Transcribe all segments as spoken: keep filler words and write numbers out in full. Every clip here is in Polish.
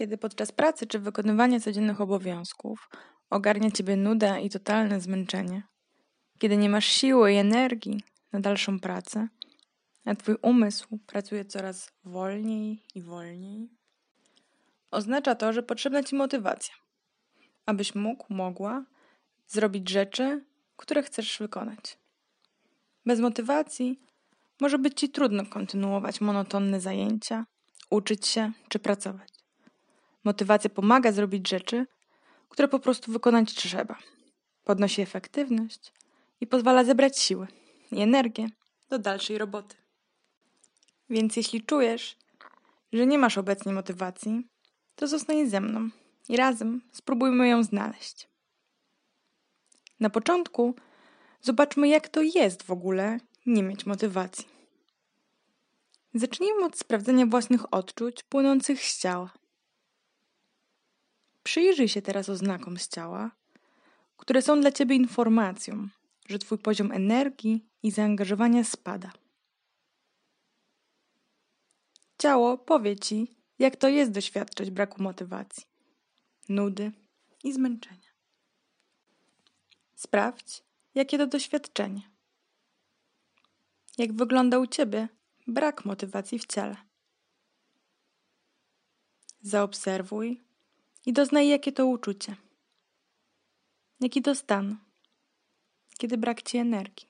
Kiedy podczas pracy czy wykonywania codziennych obowiązków ogarnia ciebie nuda i totalne zmęczenie, kiedy nie masz siły i energii na dalszą pracę, a twój umysł pracuje coraz wolniej i wolniej, oznacza to, że potrzebna ci motywacja, abyś mógł, mogła zrobić rzeczy, które chcesz wykonać. Bez motywacji może być ci trudno kontynuować monotonne zajęcia, uczyć się czy pracować. Motywacja pomaga zrobić rzeczy, które po prostu wykonać trzeba. Podnosi efektywność i pozwala zebrać siły i energię do dalszej roboty. Więc jeśli czujesz, że nie masz obecnie motywacji, to zostań ze mną i razem spróbujmy ją znaleźć. Na początku zobaczmy, jak to jest w ogóle nie mieć motywacji. Zacznijmy od sprawdzenia własnych odczuć płynących z ciała. Przyjrzyj się teraz oznakom z ciała, które są dla ciebie informacją, że twój poziom energii i zaangażowania spada. Ciało powie ci, jak to jest doświadczać braku motywacji, nudy i zmęczenia. Sprawdź, jakie to doświadczenie. Jak wygląda u ciebie brak motywacji w ciele. Zaobserwuj i doznaj, jakie to uczucie. Jaki to stan, kiedy brak ci energii.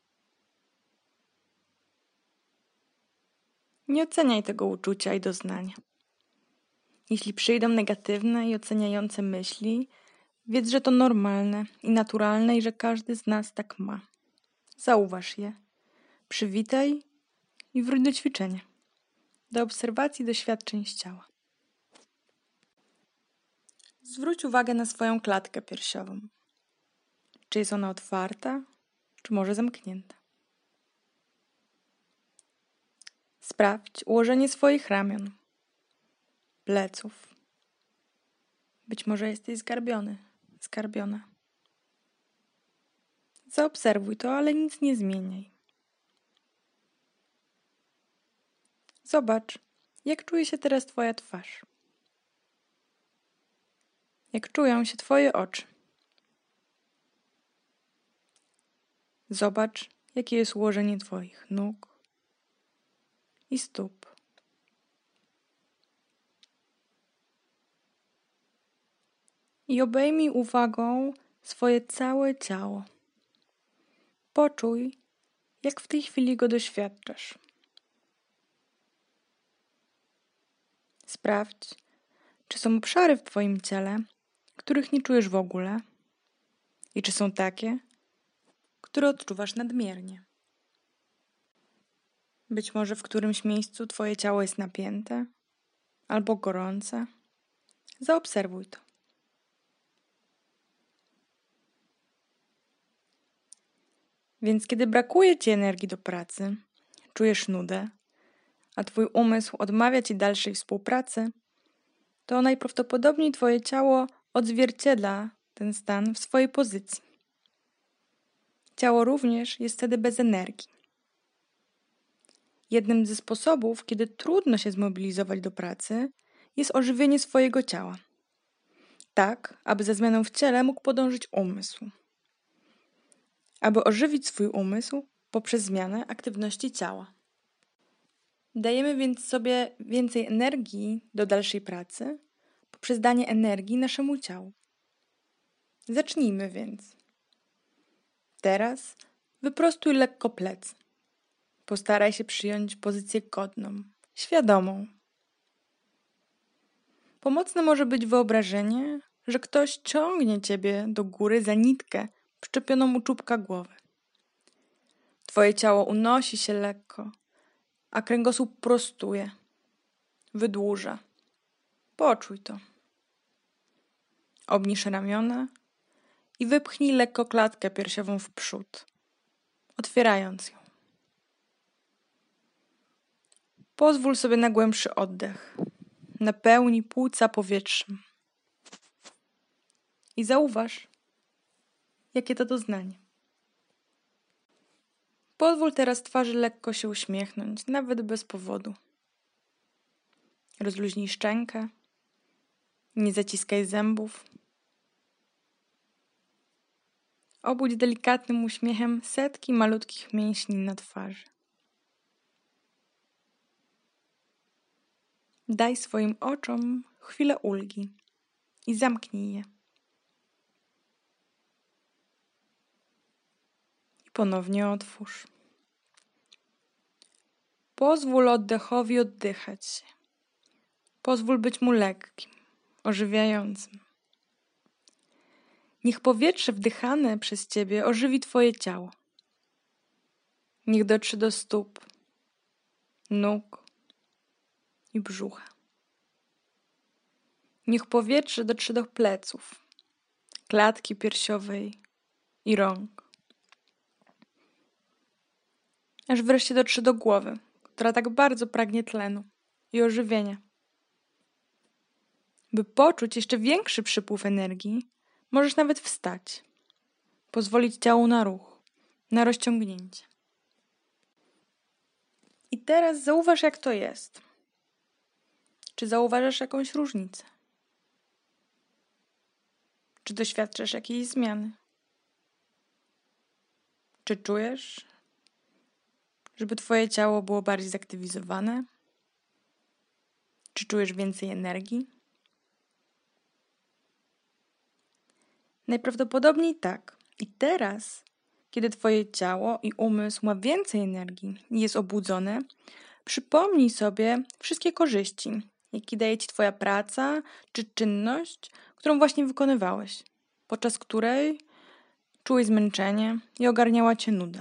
Nie oceniaj tego uczucia i doznania. Jeśli przyjdą negatywne i oceniające myśli, wiedz, że to normalne i naturalne i że każdy z nas tak ma. Zauważ je, przywitaj i wróć do ćwiczenia, do obserwacji doświadczeń z ciała. Zwróć uwagę na swoją klatkę piersiową. Czy jest ona otwarta, czy może zamknięta? Sprawdź ułożenie swoich ramion, pleców. Być może jesteś zgarbiony, zgarbiona. Zaobserwuj to, ale nic nie zmieniaj. Zobacz, jak czuje się teraz twoja twarz. Jak czują się twoje oczy. Zobacz, jakie jest ułożenie twoich nóg i stóp. I obejmij uwagą swoje całe ciało. Poczuj, jak w tej chwili go doświadczasz. Sprawdź, czy są obszary w twoim ciele, których nie czujesz w ogóle i czy są takie, które odczuwasz nadmiernie. Być może w którymś miejscu twoje ciało jest napięte albo gorące. Zaobserwuj to. Więc kiedy brakuje ci energii do pracy, czujesz nudę, a twój umysł odmawia ci dalszej współpracy, to najprawdopodobniej twoje ciało odzwierciedla ten stan w swojej pozycji. Ciało również jest wtedy bez energii. Jednym ze sposobów, kiedy trudno się zmobilizować do pracy, jest ożywienie swojego ciała. Tak, aby za zmianą w ciele mógł podążyć umysł. Aby ożywić swój umysł poprzez zmianę aktywności ciała. Dajemy więc sobie więcej energii do dalszej pracy poprzez danie energii naszemu ciału. Zacznijmy więc. Teraz wyprostuj lekko plecy. Postaraj się przyjąć pozycję godną, świadomą. Pomocne może być wyobrażenie, że ktoś ciągnie ciebie do góry za nitkę przyczepioną u czubka głowy. Twoje ciało unosi się lekko, a kręgosłup prostuje, wydłuża. Poczuj to. Obniż ramiona i wypchnij lekko klatkę piersiową w przód, otwierając ją. Pozwól sobie na głębszy oddech. Napełnij płuca powietrzem. I zauważ, jakie to doznanie. Pozwól teraz twarzy lekko się uśmiechnąć, nawet bez powodu. Rozluźnij szczękę Nie zaciskaj zębów. Obudź delikatnym uśmiechem setki malutkich mięśni na twarzy. Daj swoim oczom chwilę ulgi i zamknij je. I ponownie otwórz. Pozwól oddechowi oddychać się. Pozwól być mu lekkim, ożywiającym. Niech powietrze wdychane przez Ciebie ożywi Twoje ciało. Niech dotrze do stóp, nóg i brzucha. Niech powietrze dotrze do pleców, klatki piersiowej i rąk. Aż wreszcie dotrze do głowy, która tak bardzo pragnie tlenu i ożywienia. By poczuć jeszcze większy przypływ energii, możesz nawet wstać, pozwolić ciału na ruch, na rozciągnięcie. I teraz zauważ, jak to jest. Czy zauważasz jakąś różnicę? Czy doświadczasz jakiejś zmiany? Czy czujesz, żeby Twoje ciało było bardziej zaktywizowane? Czy czujesz więcej energii? Najprawdopodobniej tak. I teraz, kiedy Twoje ciało i umysł ma więcej energii i jest obudzone, przypomnij sobie wszystkie korzyści, jakie daje Ci Twoja praca czy czynność, którą właśnie wykonywałeś, podczas której czułeś zmęczenie i ogarniała Cię nuda.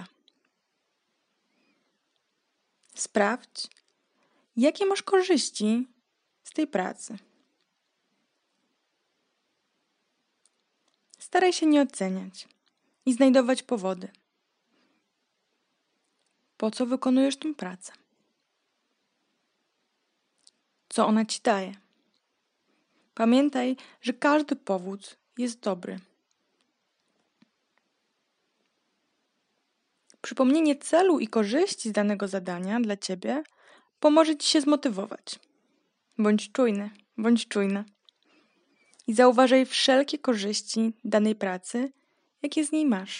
Sprawdź, jakie masz korzyści z tej pracy. Staraj się nie oceniać i znajdować powody. Po co wykonujesz tę pracę? Co ona Ci daje? Pamiętaj, że każdy powód jest dobry. Przypomnienie celu i korzyści z danego zadania dla Ciebie pomoże Ci się zmotywować. Bądź czujny, bądź czujna. I zauważaj wszelkie korzyści danej pracy, jakie z niej masz.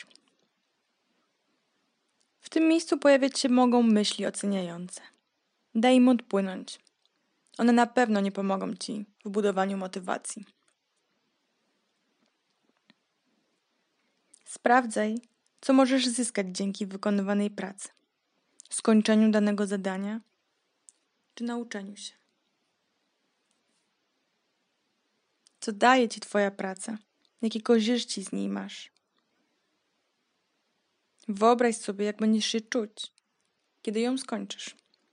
W tym miejscu pojawiać się mogą myśli oceniające. Daj im odpłynąć. One na pewno nie pomogą Ci w budowaniu motywacji. Sprawdzaj, co możesz zyskać dzięki wykonywanej pracy, skończeniu danego zadania czy nauczeniu się. Co daje Ci Twoja praca? Jakie korzyści z niej masz? Wyobraź sobie, jak będziesz się czuć, kiedy ją skończysz.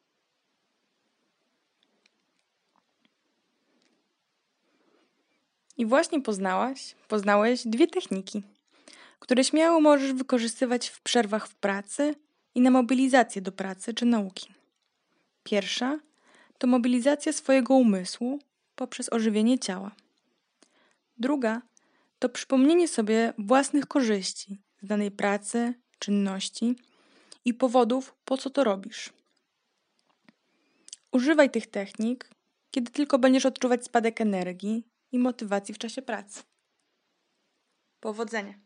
I właśnie poznałaś, poznałeś dwie techniki, które śmiało możesz wykorzystywać w przerwach w pracy i na mobilizację do pracy czy nauki. Pierwsza to mobilizacja swojego umysłu poprzez ożywienie ciała. Druga to przypomnienie sobie własnych korzyści z danej pracy, czynności i powodów, po co to robisz. Używaj tych technik, kiedy tylko będziesz odczuwać spadek energii i motywacji w czasie pracy. Powodzenia!